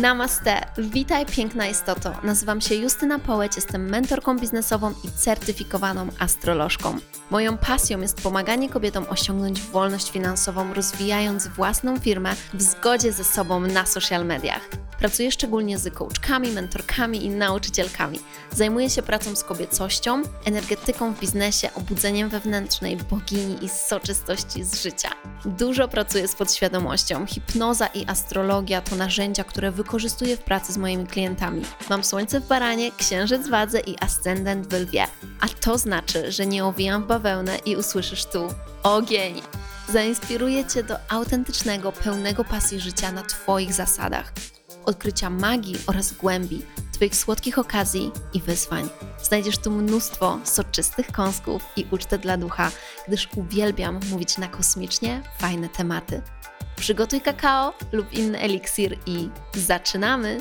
Namaste, witaj piękna istoto. Nazywam się Justyna Połeć, jestem mentorką biznesową i certyfikowaną astrolożką. Moją pasją jest pomaganie kobietom osiągnąć wolność finansową, rozwijając własną firmę w zgodzie ze sobą na social mediach. Pracuję szczególnie z coachkami, mentorkami i nauczycielkami. Zajmuję się pracą z kobiecością, energetyką w biznesie, obudzeniem wewnętrznej bogini i soczystości z życia. Dużo pracuję z podświadomością. Hipnoza i astrologia to narzędzia, które wykorzystuję w pracy z moimi klientami. Mam słońce w baranie, księżyc w wadze i ascendent w lwie. A to znaczy, że nie owijam w bawełnę i usłyszysz tu ogień. Zainspiruję Cię do autentycznego, pełnego pasji życia na Twoich zasadach. Odkrycia magii oraz głębi, Twoich słodkich okazji i wyzwań. Znajdziesz tu mnóstwo soczystych kąsków i ucztę dla ducha, gdyż uwielbiam mówić na kosmicznie fajne tematy. Przygotuj kakao lub inny eliksir i zaczynamy!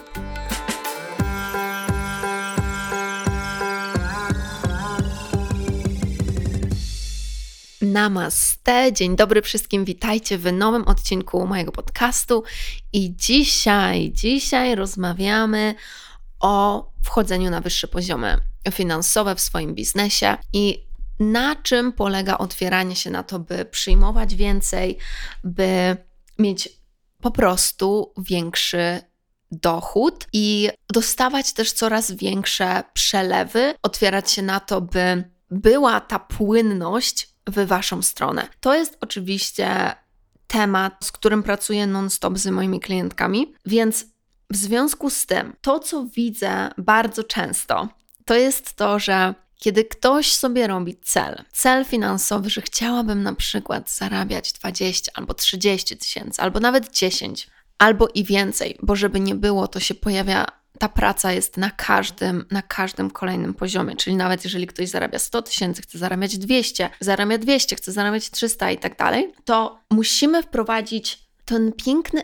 Namaste, dzień dobry wszystkim, witajcie w nowym odcinku mojego podcastu i dzisiaj rozmawiamy o wchodzeniu na wyższe poziomy finansowe w swoim biznesie i na czym polega otwieranie się na to, by przyjmować więcej, by mieć po prostu większy dochód i dostawać też coraz większe przelewy, otwierać się na to, by była ta płynność w Waszą stronę. To jest oczywiście temat, z którym pracuję non-stop z moimi klientkami, więc w związku z tym, to co widzę bardzo często, to jest to, że kiedy ktoś sobie robi cel finansowy, że chciałabym na przykład zarabiać 20 albo 30 tysięcy, albo nawet 10, albo i więcej, bo żeby nie było, to się pojawia, ta praca jest na każdym kolejnym poziomie, czyli nawet jeżeli ktoś zarabia 100 tysięcy, chce zarabiać 200, zarabia 200, chce zarabiać 300 i tak dalej, to musimy wprowadzić ten piękny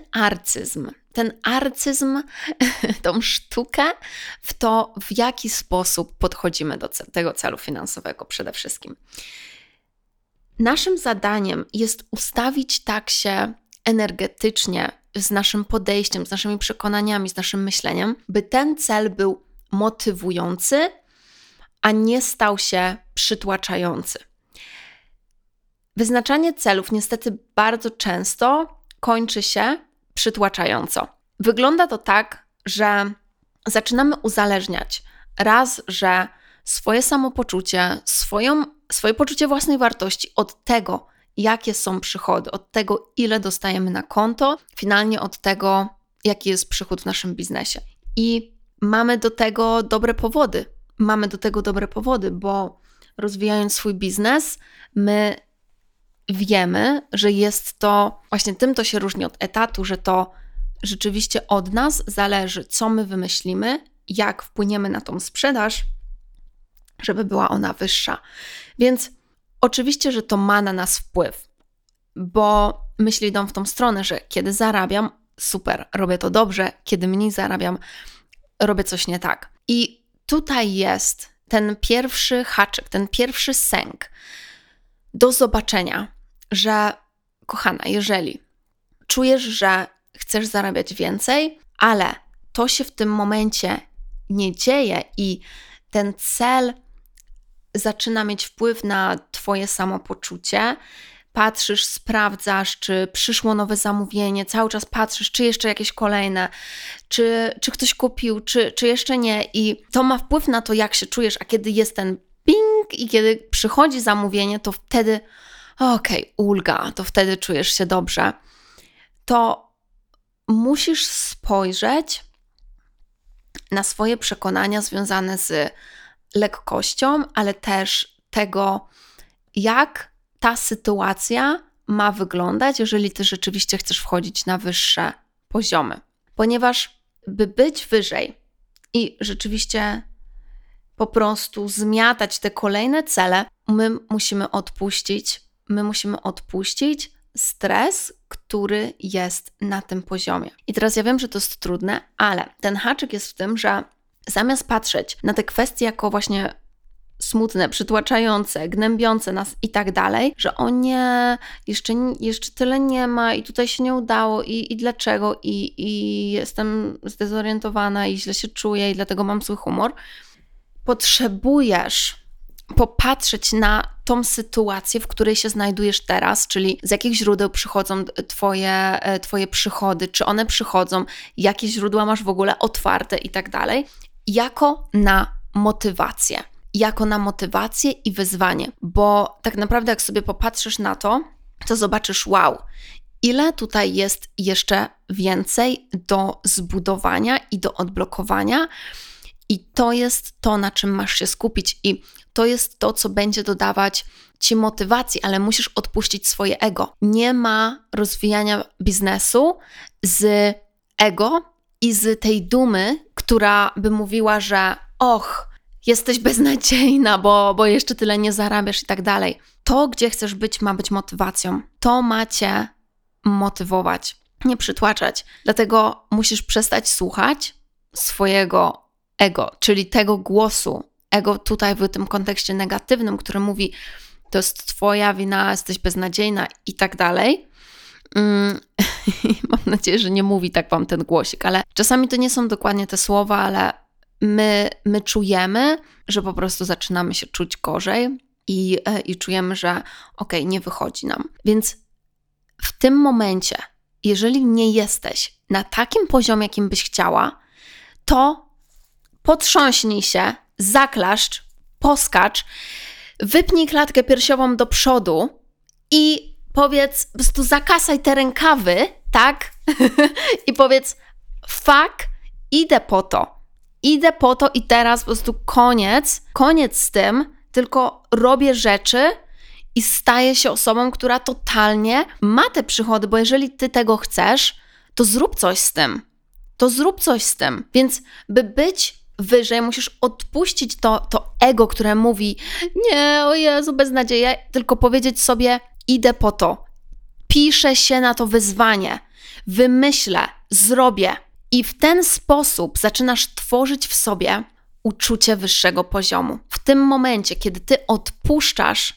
arcyzm, tą sztukę w to, w jaki sposób podchodzimy do tego celu finansowego przede wszystkim. Naszym zadaniem jest ustawić tak się energetycznie z naszym podejściem, z naszymi przekonaniami, z naszym myśleniem, by ten cel był motywujący, a nie stał się przytłaczający. Wyznaczanie celów niestety bardzo często kończy się przytłaczająco. Wygląda to tak, że zaczynamy uzależniać że swoje samopoczucie, swoje poczucie własnej wartości od tego, jakie są przychody, od tego, ile dostajemy na konto, finalnie od tego, jaki jest przychód w naszym biznesie. I mamy do tego dobre powody, bo rozwijając swój biznes, my wiemy, że jest to, właśnie tym to się różni od etatu, że to rzeczywiście od nas zależy, co my wymyślimy, jak wpłyniemy na tą sprzedaż, żeby była ona wyższa. Więc oczywiście, że to ma na nas wpływ, bo myśli idą w tą stronę, że kiedy zarabiam, super, robię to dobrze, kiedy mniej zarabiam, robię coś nie tak. I tutaj jest ten pierwszy haczyk, ten pierwszy sęk do zobaczenia, że kochana, jeżeli czujesz, że chcesz zarabiać więcej, ale to się w tym momencie nie dzieje i ten cel zaczyna mieć wpływ na Twoje samopoczucie, patrzysz, sprawdzasz, czy przyszło nowe zamówienie, cały czas patrzysz, czy jeszcze jakieś kolejne, czy ktoś kupił, czy jeszcze nie i to ma wpływ na to, jak się czujesz, a kiedy jest ten ping i kiedy przychodzi zamówienie, to wtedy ulga, to wtedy czujesz się dobrze, to musisz spojrzeć na swoje przekonania związane z lekkością, ale też tego, jak ta sytuacja ma wyglądać, jeżeli Ty rzeczywiście chcesz wchodzić na wyższe poziomy. Ponieważ by być wyżej i rzeczywiście po prostu zmiatać te kolejne cele, my musimy odpuścić stres, który jest na tym poziomie. I teraz ja wiem, że to jest trudne, ale ten haczyk jest w tym, że zamiast patrzeć na te kwestie jako właśnie smutne, przytłaczające, gnębiące nas i tak dalej, że o nie, jeszcze tyle nie ma i tutaj się nie udało i dlaczego i jestem zdezorientowana i źle się czuję i dlatego mam zły humor. Potrzebujesz popatrzeć na tą sytuację, w której się znajdujesz teraz, czyli z jakich źródeł przychodzą twoje przychody, czy one przychodzą, jakie źródła masz w ogóle otwarte i tak dalej, jako na motywację. Jako na motywację i wyzwanie, bo tak naprawdę jak sobie popatrzysz na to zobaczysz, wow, ile tutaj jest jeszcze więcej do zbudowania i do odblokowania i to jest to, na czym masz się skupić i to jest to, co będzie dodawać ci motywacji, ale musisz odpuścić swoje ego. Nie ma rozwijania biznesu z ego i z tej dumy, która by mówiła, że jesteś beznadziejna, bo jeszcze tyle nie zarabiasz i tak dalej. To, gdzie chcesz być, ma być motywacją. To ma cię motywować, nie przytłaczać. Dlatego musisz przestać słuchać swojego ego, czyli tego głosu. Ego tutaj w tym kontekście negatywnym, który mówi, to jest twoja wina, jesteś beznadziejna i tak dalej. Mam nadzieję, że nie mówi tak wam ten głosik, ale czasami to nie są dokładnie te słowa, ale my czujemy, że po prostu zaczynamy się czuć gorzej i czujemy, że nie wychodzi nam. Więc w tym momencie, jeżeli nie jesteś na takim poziomie, jakim byś chciała, to potrząśnij się, zaklaszcz, poskacz, wypnij klatkę piersiową do przodu i powiedz, po prostu zakasaj te rękawy, tak? I powiedz, idę po to i teraz po prostu koniec z tym, tylko robię rzeczy i staję się osobą, która totalnie ma te przychody, bo jeżeli ty tego chcesz, to zrób coś z tym. Więc by być wyżej, musisz odpuścić to ego, które mówi, nie, o Jezu, beznadzieja, tylko powiedzieć sobie, idę po to, piszę się na to wyzwanie, wymyślę, zrobię. I w ten sposób zaczynasz tworzyć w sobie uczucie wyższego poziomu. W tym momencie, kiedy ty odpuszczasz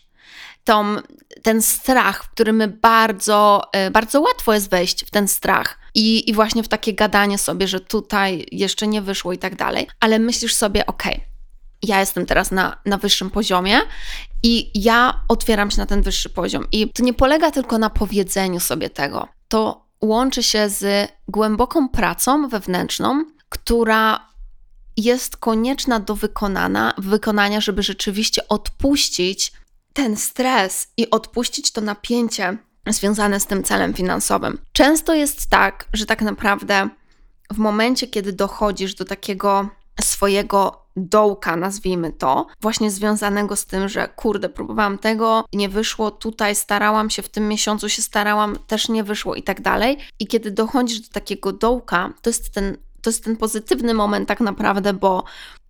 ten strach, w który my bardzo łatwo jest wejść w ten strach i właśnie w takie gadanie sobie, że tutaj jeszcze nie wyszło i tak dalej, ale myślisz sobie, ja jestem teraz na wyższym poziomie i ja otwieram się na ten wyższy poziom. I to nie polega tylko na powiedzeniu sobie tego. To łączy się z głęboką pracą wewnętrzną, która jest konieczna do wykonania, żeby rzeczywiście odpuścić ten stres i odpuścić to napięcie związane z tym celem finansowym. Często jest tak, że tak naprawdę w momencie, kiedy dochodzisz do takiego swojego dołka, nazwijmy to, właśnie związanego z tym, że próbowałam tego, nie wyszło, tutaj starałam się, w tym miesiącu się starałam, też nie wyszło i tak dalej. I kiedy dochodzisz do takiego dołka, to jest ten pozytywny moment tak naprawdę, bo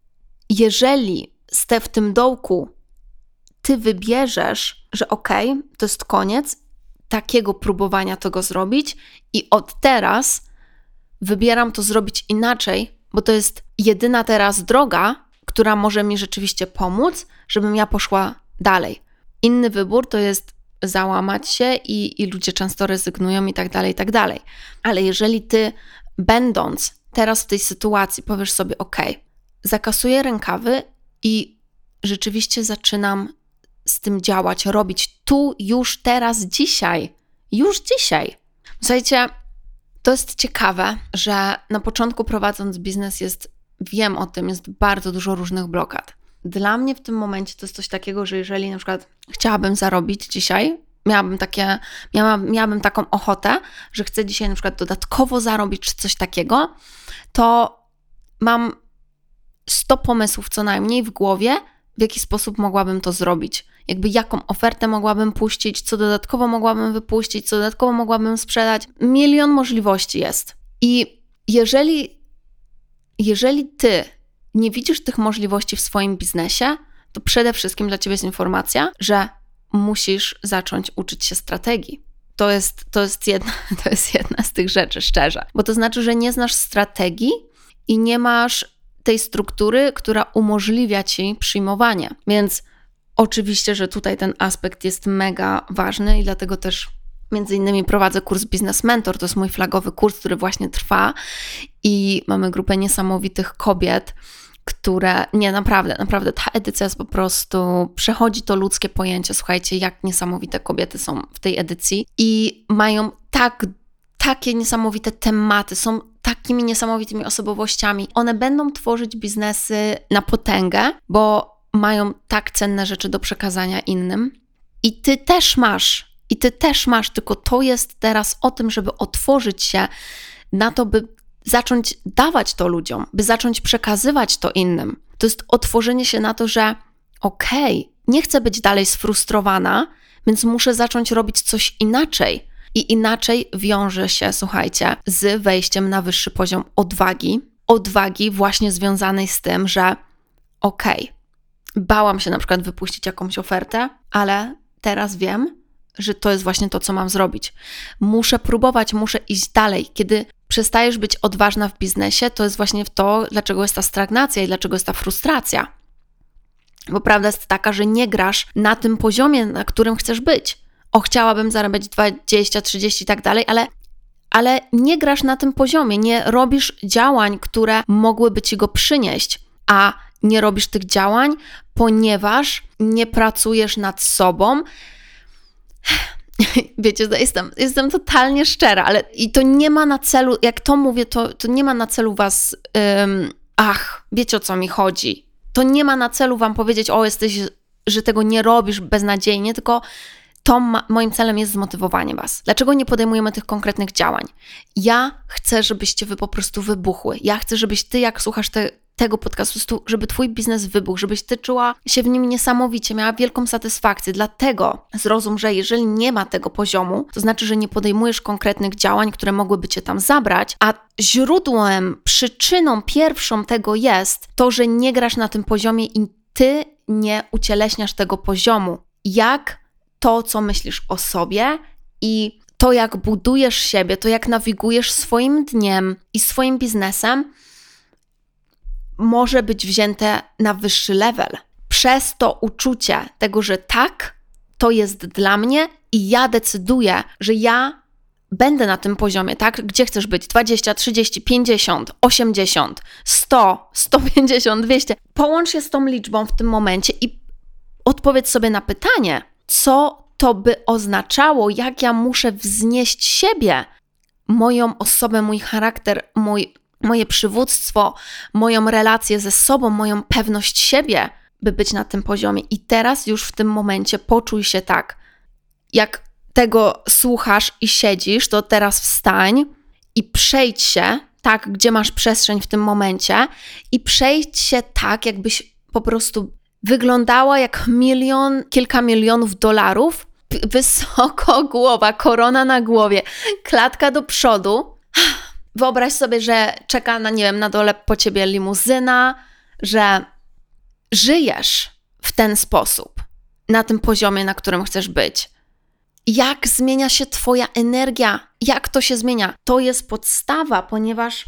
jeżeli w tym dołku ty wybierzesz, że to jest koniec takiego próbowania tego zrobić i od teraz wybieram to zrobić inaczej, bo to jest jedyna teraz droga, która może mi rzeczywiście pomóc, żebym ja poszła dalej. Inny wybór to jest załamać się i ludzie często rezygnują i tak dalej. Ale jeżeli ty, będąc teraz w tej sytuacji, powiesz sobie, zakasuję rękawy i rzeczywiście zaczynam z tym działać, robić tu, już, teraz, dzisiaj. Już dzisiaj. Słuchajcie, to jest ciekawe, że na początku prowadząc biznes wiem o tym, jest bardzo dużo różnych blokad. Dla mnie w tym momencie to jest coś takiego, że jeżeli na przykład chciałabym zarobić dzisiaj, miałabym taką ochotę, że chcę dzisiaj na przykład dodatkowo zarobić czy coś takiego, to mam 100 pomysłów co najmniej w głowie, w jaki sposób mogłabym to zrobić. Jaką ofertę mogłabym puścić, co dodatkowo mogłabym wypuścić, co dodatkowo mogłabym sprzedać. Milion możliwości jest. I jeżeli ty nie widzisz tych możliwości w swoim biznesie, to przede wszystkim dla ciebie jest informacja, że musisz zacząć uczyć się strategii. To jest jedna z tych rzeczy, szczerze. Bo to znaczy, że nie znasz strategii i nie masz tej struktury, która umożliwia ci przyjmowanie. Więc oczywiście, że tutaj ten aspekt jest mega ważny i dlatego też między innymi prowadzę kurs Business Mentor. To jest mój flagowy kurs, który właśnie trwa i mamy grupę niesamowitych kobiet, które, naprawdę ta edycja jest po prostu, przechodzi to ludzkie pojęcie. Słuchajcie, jak niesamowite kobiety są w tej edycji i mają takie niesamowite tematy, są takimi niesamowitymi osobowościami. One będą tworzyć biznesy na potęgę, bo mają tak cenne rzeczy do przekazania innym. I ty też masz, tylko to jest teraz o tym, żeby otworzyć się na to, by zacząć dawać to ludziom, by zacząć przekazywać to innym. To jest otworzenie się na to, że nie chcę być dalej sfrustrowana, więc muszę zacząć robić coś inaczej. I inaczej wiąże się, słuchajcie, z wejściem na wyższy poziom odwagi. Odwagi właśnie związanej z tym, że bałam się na przykład wypuścić jakąś ofertę, ale teraz wiem, że to jest właśnie to, co mam zrobić. Muszę próbować, muszę iść dalej. Kiedy przestajesz być odważna w biznesie, to jest właśnie to, dlaczego jest ta stagnacja i dlaczego jest ta frustracja. Bo prawda jest taka, że nie grasz na tym poziomie, na którym chcesz być. Chciałabym zarabiać 20, 30 i tak dalej, ale nie grasz na tym poziomie, nie robisz działań, które mogłyby ci go przynieść, a nie robisz tych działań, ponieważ nie pracujesz nad sobą. Wiecie, jestem totalnie szczera, ale i to nie ma na celu, jak to mówię, to nie ma na celu was, wiecie, o co mi chodzi. To nie ma na celu wam powiedzieć, że tego nie robisz beznadziejnie, tylko moim celem jest zmotywowanie was. Dlaczego nie podejmujemy tych konkretnych działań? Ja chcę, żebyście wy po prostu wybuchły. Ja chcę, żebyś ty, jak słuchasz tego podcastu, żeby twój biznes wybuchł, żebyś ty czuła się w nim niesamowicie, miała wielką satysfakcję. Dlatego zrozum, że jeżeli nie ma tego poziomu, to znaczy, że nie podejmujesz konkretnych działań, które mogłyby cię tam zabrać, a źródłem, przyczyną pierwszą tego jest to, że nie grasz na tym poziomie i ty nie ucieleśniasz tego poziomu. Jak to, co myślisz o sobie i to, jak budujesz siebie, to jak nawigujesz swoim dniem i swoim biznesem, może być wzięte na wyższy level. Przez to uczucie tego, że tak, to jest dla mnie i ja decyduję, że ja będę na tym poziomie, tak? Gdzie chcesz być? 20, 30, 50, 80, 100, 150, 200. Połącz się z tą liczbą w tym momencie i odpowiedz sobie na pytanie, co to by oznaczało, jak ja muszę wznieść siebie, moją osobę, mój charakter, moje przywództwo, moją relację ze sobą, moją pewność siebie, by być na tym poziomie. I teraz już w tym momencie poczuj się tak. Jak tego słuchasz i siedzisz, to teraz wstań i przejdź się tak, gdzie masz przestrzeń w tym momencie i przejdź się tak, jakbyś po prostu wyglądała jak kilka milionów dolarów, wysoko głowa, korona na głowie, klatka do przodu. Wyobraź sobie, że czeka na dole po ciebie limuzyna, że żyjesz w ten sposób, na tym poziomie, na którym chcesz być. Jak zmienia się twoja energia? Jak to się zmienia? To jest podstawa, ponieważ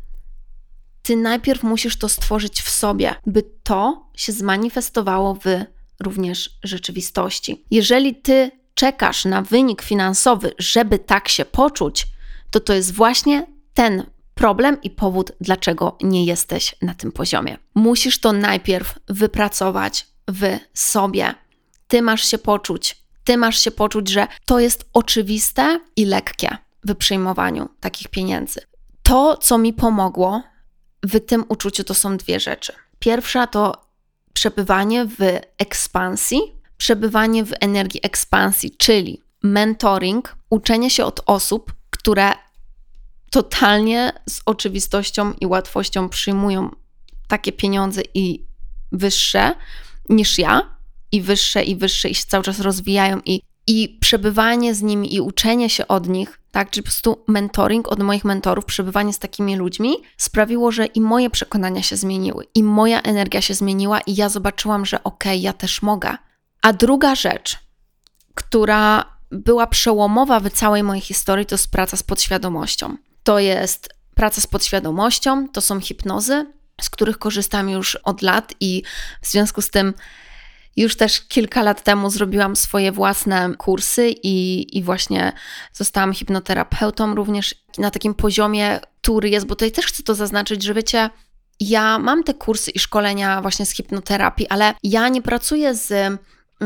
ty najpierw musisz to stworzyć w sobie, by to się zmanifestowało w również rzeczywistości. Jeżeli ty czekasz na wynik finansowy, żeby tak się poczuć, to jest właśnie ten problem i powód, dlaczego nie jesteś na tym poziomie. Musisz to najpierw wypracować w sobie. Ty masz się poczuć, że to jest oczywiste i lekkie w przyjmowaniu takich pieniędzy. To, co mi pomogło w tym uczuciu, to są dwie rzeczy. Pierwsza to przebywanie w ekspansji, przebywanie w energii ekspansji, czyli mentoring, uczenie się od osób, które totalnie z oczywistością i łatwością przyjmują takie pieniądze i wyższe niż ja, i wyższe i się cały czas rozwijają i przebywanie z nimi i uczenie się od nich, tak, czyli po prostu mentoring od moich mentorów, przebywanie z takimi ludźmi sprawiło, że i moje przekonania się zmieniły, i moja energia się zmieniła i ja zobaczyłam, że ja też mogę. A druga rzecz, która była przełomowa w całej mojej historii, to jest praca z podświadomością. To jest praca z podświadomością, to są hipnozy, z których korzystam już od lat i w związku z tym już też kilka lat temu zrobiłam swoje własne kursy i właśnie zostałam hipnoterapeutą również na takim poziomie, który jest, bo tutaj też chcę to zaznaczyć, że wiecie, ja mam te kursy i szkolenia właśnie z hipnoterapii, ale ja nie pracuję z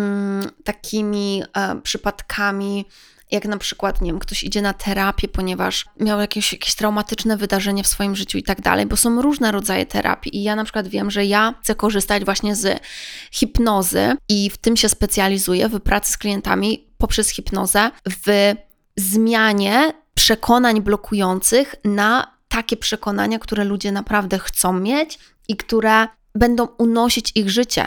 takimi przypadkami, jak na przykład, nie wiem, ktoś idzie na terapię, ponieważ miał jakieś traumatyczne wydarzenie w swoim życiu i tak dalej, bo są różne rodzaje terapii i ja na przykład wiem, że ja chcę korzystać właśnie z hipnozy i w tym się specjalizuję, w pracy z klientami poprzez hipnozę, w zmianie przekonań blokujących na takie przekonania, które ludzie naprawdę chcą mieć i które będą unosić ich życie.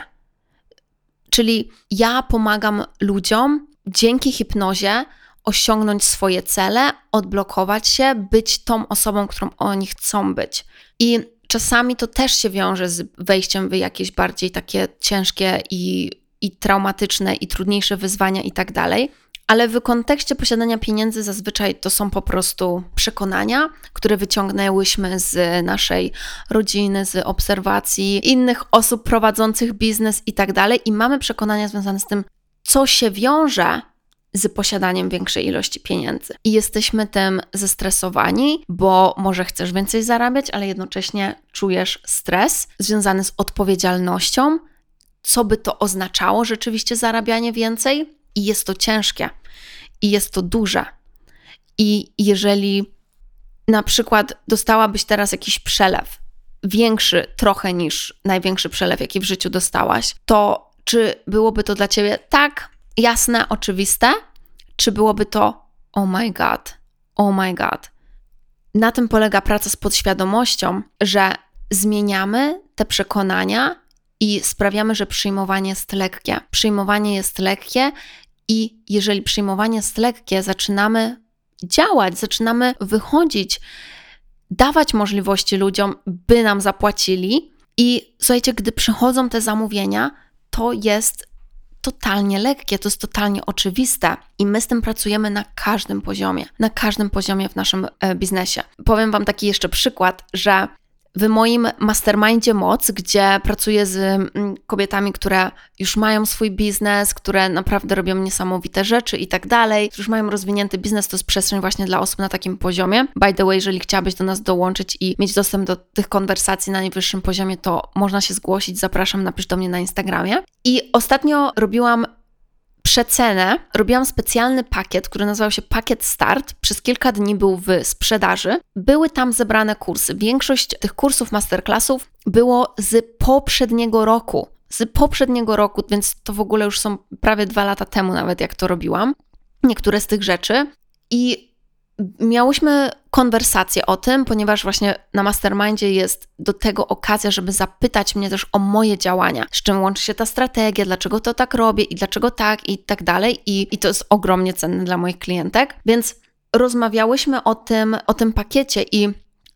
Czyli ja pomagam ludziom dzięki hipnozie osiągnąć swoje cele, odblokować się, być tą osobą, którą oni chcą być. I czasami to też się wiąże z wejściem w jakieś bardziej takie ciężkie i traumatyczne i trudniejsze wyzwania i tak dalej. Ale w kontekście posiadania pieniędzy zazwyczaj to są po prostu przekonania, które wyciągnęłyśmy z naszej rodziny, z obserwacji innych osób prowadzących biznes i tak dalej. I mamy przekonania związane z tym, co się wiąże z posiadaniem większej ilości pieniędzy. I jesteśmy tym zestresowani, bo może chcesz więcej zarabiać, ale jednocześnie czujesz stres związany z odpowiedzialnością, co by to oznaczało rzeczywiście zarabianie więcej. I jest to ciężkie. I jest to duże. I jeżeli na przykład dostałabyś teraz jakiś przelew, większy trochę niż największy przelew, jaki w życiu dostałaś, to czy byłoby to dla ciebie tak jasne, oczywiste, czy byłoby to oh my god. Na tym polega praca z podświadomością, że zmieniamy te przekonania i sprawiamy, że przyjmowanie jest lekkie. Przyjmowanie jest lekkie i jeżeli przyjmowanie jest lekkie, zaczynamy działać, zaczynamy wychodzić, dawać możliwości ludziom, by nam zapłacili i słuchajcie, gdy przychodzą te zamówienia, to jest totalnie lekkie, to jest totalnie oczywiste i my z tym pracujemy na każdym poziomie w naszym biznesie. Powiem Wam taki jeszcze przykład, że w moim mastermindzie Moc, gdzie pracuję z kobietami, które już mają swój biznes, które naprawdę robią niesamowite rzeczy i tak dalej, już mają rozwinięty biznes, to jest przestrzeń właśnie dla osób na takim poziomie. By the way, jeżeli chciałabyś do nas dołączyć i mieć dostęp do tych konwersacji na najwyższym poziomie, to można się zgłosić, zapraszam, napisz do mnie na Instagramie. I ostatnio robiłam specjalny pakiet, który nazywał się Pakiet Start. Przez kilka dni był w sprzedaży. Były tam zebrane kursy. Większość tych kursów, masterclassów było z poprzedniego roku, więc to w ogóle już są prawie 2 lata temu nawet, jak to robiłam. Niektóre z tych rzeczy. I miałyśmy konwersację o tym, ponieważ właśnie na mastermindzie jest do tego okazja, żeby zapytać mnie też o moje działania, z czym łączy się ta strategia, dlaczego to tak robię i dlaczego tak i tak dalej i to jest ogromnie cenne dla moich klientek, więc rozmawiałyśmy o tym pakiecie i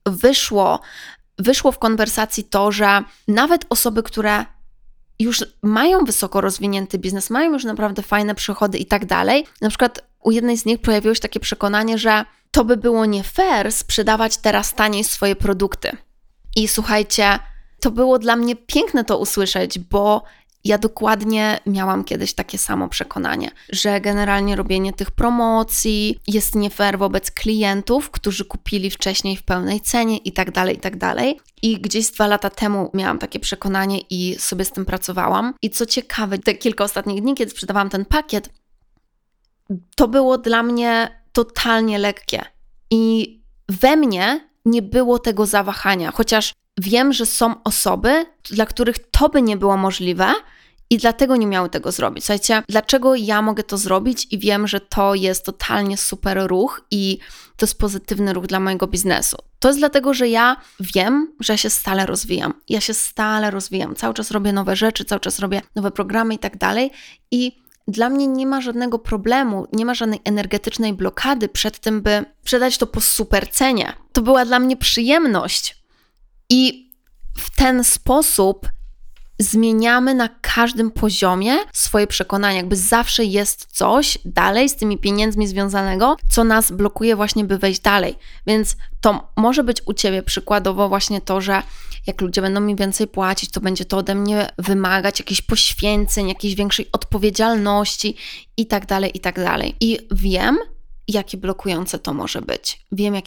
wyszło w konwersacji to, że nawet osoby, które już mają wysoko rozwinięty biznes, mają już naprawdę fajne przychody i tak dalej, na przykład u jednej z nich pojawiło się takie przekonanie, że to by było nie fair sprzedawać teraz taniej swoje produkty. I słuchajcie, to było dla mnie piękne to usłyszeć, bo ja dokładnie miałam kiedyś takie samo przekonanie, że generalnie robienie tych promocji jest nie fair wobec klientów, którzy kupili wcześniej w pełnej cenie i tak dalej, i tak dalej. I gdzieś 2 lata temu miałam takie przekonanie i sobie z tym pracowałam. I co ciekawe, te kilka ostatnich dni, kiedy sprzedawałam ten pakiet, to było dla mnie totalnie lekkie i we mnie nie było tego zawahania, chociaż wiem, że są osoby, dla których to by nie było możliwe i dlatego nie miały tego zrobić. Słuchajcie, dlaczego ja mogę to zrobić i wiem, że to jest totalnie super ruch i to jest pozytywny ruch dla mojego biznesu. To jest dlatego, że ja wiem, że ja się stale rozwijam. Cały czas robię nowe rzeczy, cały czas robię nowe programy i tak dalej i dla mnie nie ma żadnego problemu, nie ma żadnej energetycznej blokady przed tym, by sprzedać to po super cenie. To była dla mnie przyjemność. I w ten sposób zmieniamy na każdym poziomie swoje przekonania. Jakby zawsze jest coś dalej z tymi pieniędzmi związanego, co nas blokuje właśnie, by wejść dalej. Więc to może być u Ciebie przykładowo właśnie to, że jak ludzie będą mi więcej płacić, to będzie to ode mnie wymagać jakichś poświęceń, jakiejś większej odpowiedzialności i tak dalej, i tak dalej. I wiem, jakie blokujące to może być.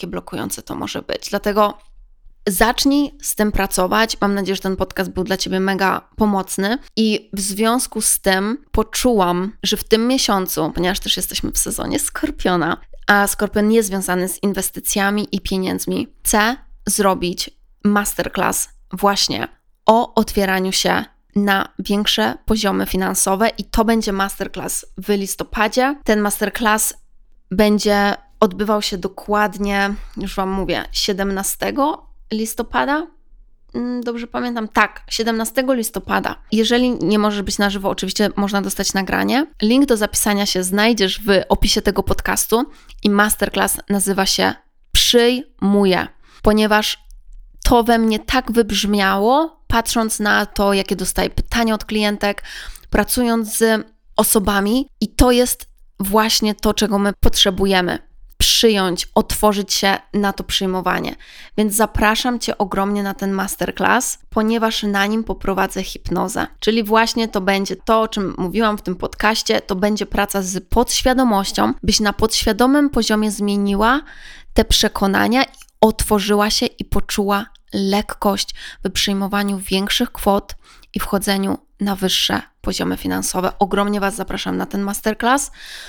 Dlatego zacznij z tym pracować. Mam nadzieję, że ten podcast był dla Ciebie mega pomocny i w związku z tym poczułam, że w tym miesiącu, ponieważ też jesteśmy w sezonie Skorpiona, a Skorpion jest związany z inwestycjami i pieniędzmi, chcę zrobić masterclass właśnie o otwieraniu się na większe poziomy finansowe i to będzie masterclass w listopadzie. Ten masterclass będzie odbywał się dokładnie, już Wam mówię, 17 listopada. Dobrze pamiętam? Tak, 17 listopada. Jeżeli nie możesz być na żywo, oczywiście można dostać nagranie. Link do zapisania się znajdziesz w opisie tego podcastu i masterclass nazywa się Przyjmuję, ponieważ to we mnie tak wybrzmiało, patrząc na to, jakie dostaję pytania od klientek, pracując z osobami i to jest właśnie to, czego my potrzebujemy. Przyjąć, otworzyć się na to przyjmowanie. Więc zapraszam Cię ogromnie na ten masterclass, ponieważ na nim poprowadzę hipnozę. Czyli właśnie to będzie to, o czym mówiłam w tym podcaście, to będzie praca z podświadomością, byś na podświadomym poziomie zmieniła te przekonania i otworzyła się i poczuła lekkość w przyjmowaniu większych kwot i wchodzeniu na wyższe poziomy finansowe. Ogromnie Was zapraszam na ten masterclass,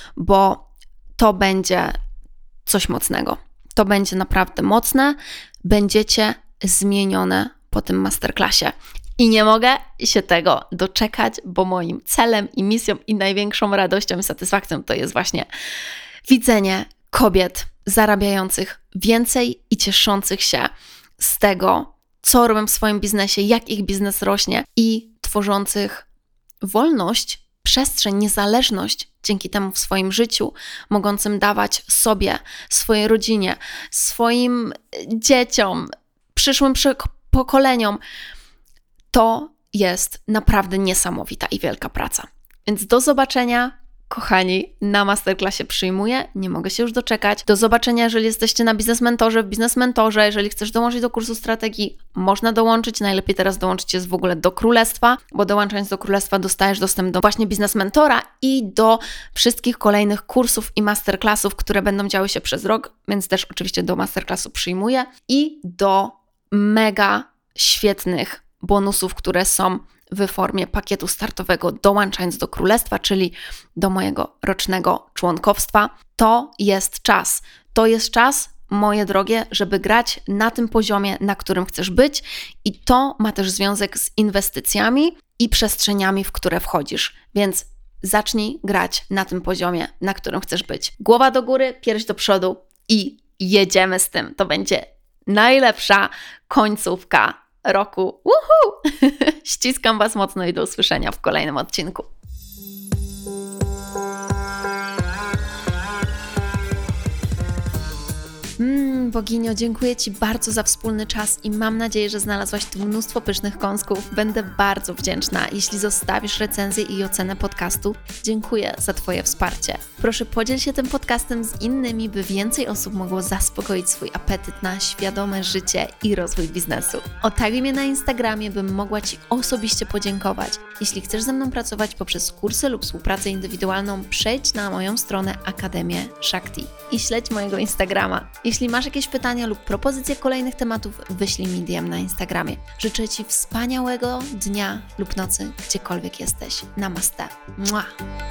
bo to będzie coś mocnego. To będzie naprawdę mocne. Będziecie zmienione po tym masterclassie. I nie mogę się tego doczekać, bo moim celem i misją i największą radością i satysfakcją to jest właśnie widzenie kobiet zarabiających więcej i cieszących się z tego, co robią w swoim biznesie, jak ich biznes rośnie i tworzących wolność, przestrzeń, niezależność dzięki temu w swoim życiu, mogącym dawać sobie, swojej rodzinie, swoim dzieciom, przyszłym pokoleniom. To jest naprawdę niesamowita i wielka praca. Więc do zobaczenia, kochani, na masterclassie Przyjmuję. Nie mogę się już doczekać. Do zobaczenia, jeżeli jesteście na Biznes Mentorze, w Biznes Mentorze. Jeżeli chcesz dołączyć do kursu strategii, można dołączyć. Najlepiej teraz dołączyć jest w ogóle do Królestwa, bo dołączając do Królestwa dostajesz dostęp do właśnie Biznes Mentora i do wszystkich kolejnych kursów i masterclassów, które będą działy się przez rok, więc też oczywiście do masterclassu Przyjmuję i do mega świetnych bonusów, które są w formie pakietu startowego dołączając do Królestwa, czyli do mojego rocznego członkowstwa. To jest czas, moje drogie, żeby grać na tym poziomie, na którym chcesz być i to ma też związek z inwestycjami i przestrzeniami, w które wchodzisz, więc zacznij grać na tym poziomie, na którym chcesz być. Głowa do góry, pierś do przodu i jedziemy z tym. To będzie najlepsza końcówka roku. Woohoo! Ściskam Was mocno i do usłyszenia w kolejnym odcinku. Boginio, dziękuję Ci bardzo za wspólny czas i mam nadzieję, że znalazłaś tu mnóstwo pysznych kąsków. Będę bardzo wdzięczna, jeśli zostawisz recenzję i ocenę podcastu. Dziękuję za Twoje wsparcie. Proszę podziel się tym podcastem z innymi, by więcej osób mogło zaspokoić swój apetyt na świadome życie i rozwój biznesu. Otaguj mnie na Instagramie, bym mogła Ci osobiście podziękować. Jeśli chcesz ze mną pracować poprzez kursy lub współpracę indywidualną, przejdź na moją stronę Akademię Shakti i śledź mojego Instagrama. Jeśli masz jakieś pytania lub propozycje kolejnych tematów, wyślij mi DM na Instagramie. Życzę Ci wspaniałego dnia lub nocy, gdziekolwiek jesteś. Namaste. Mua.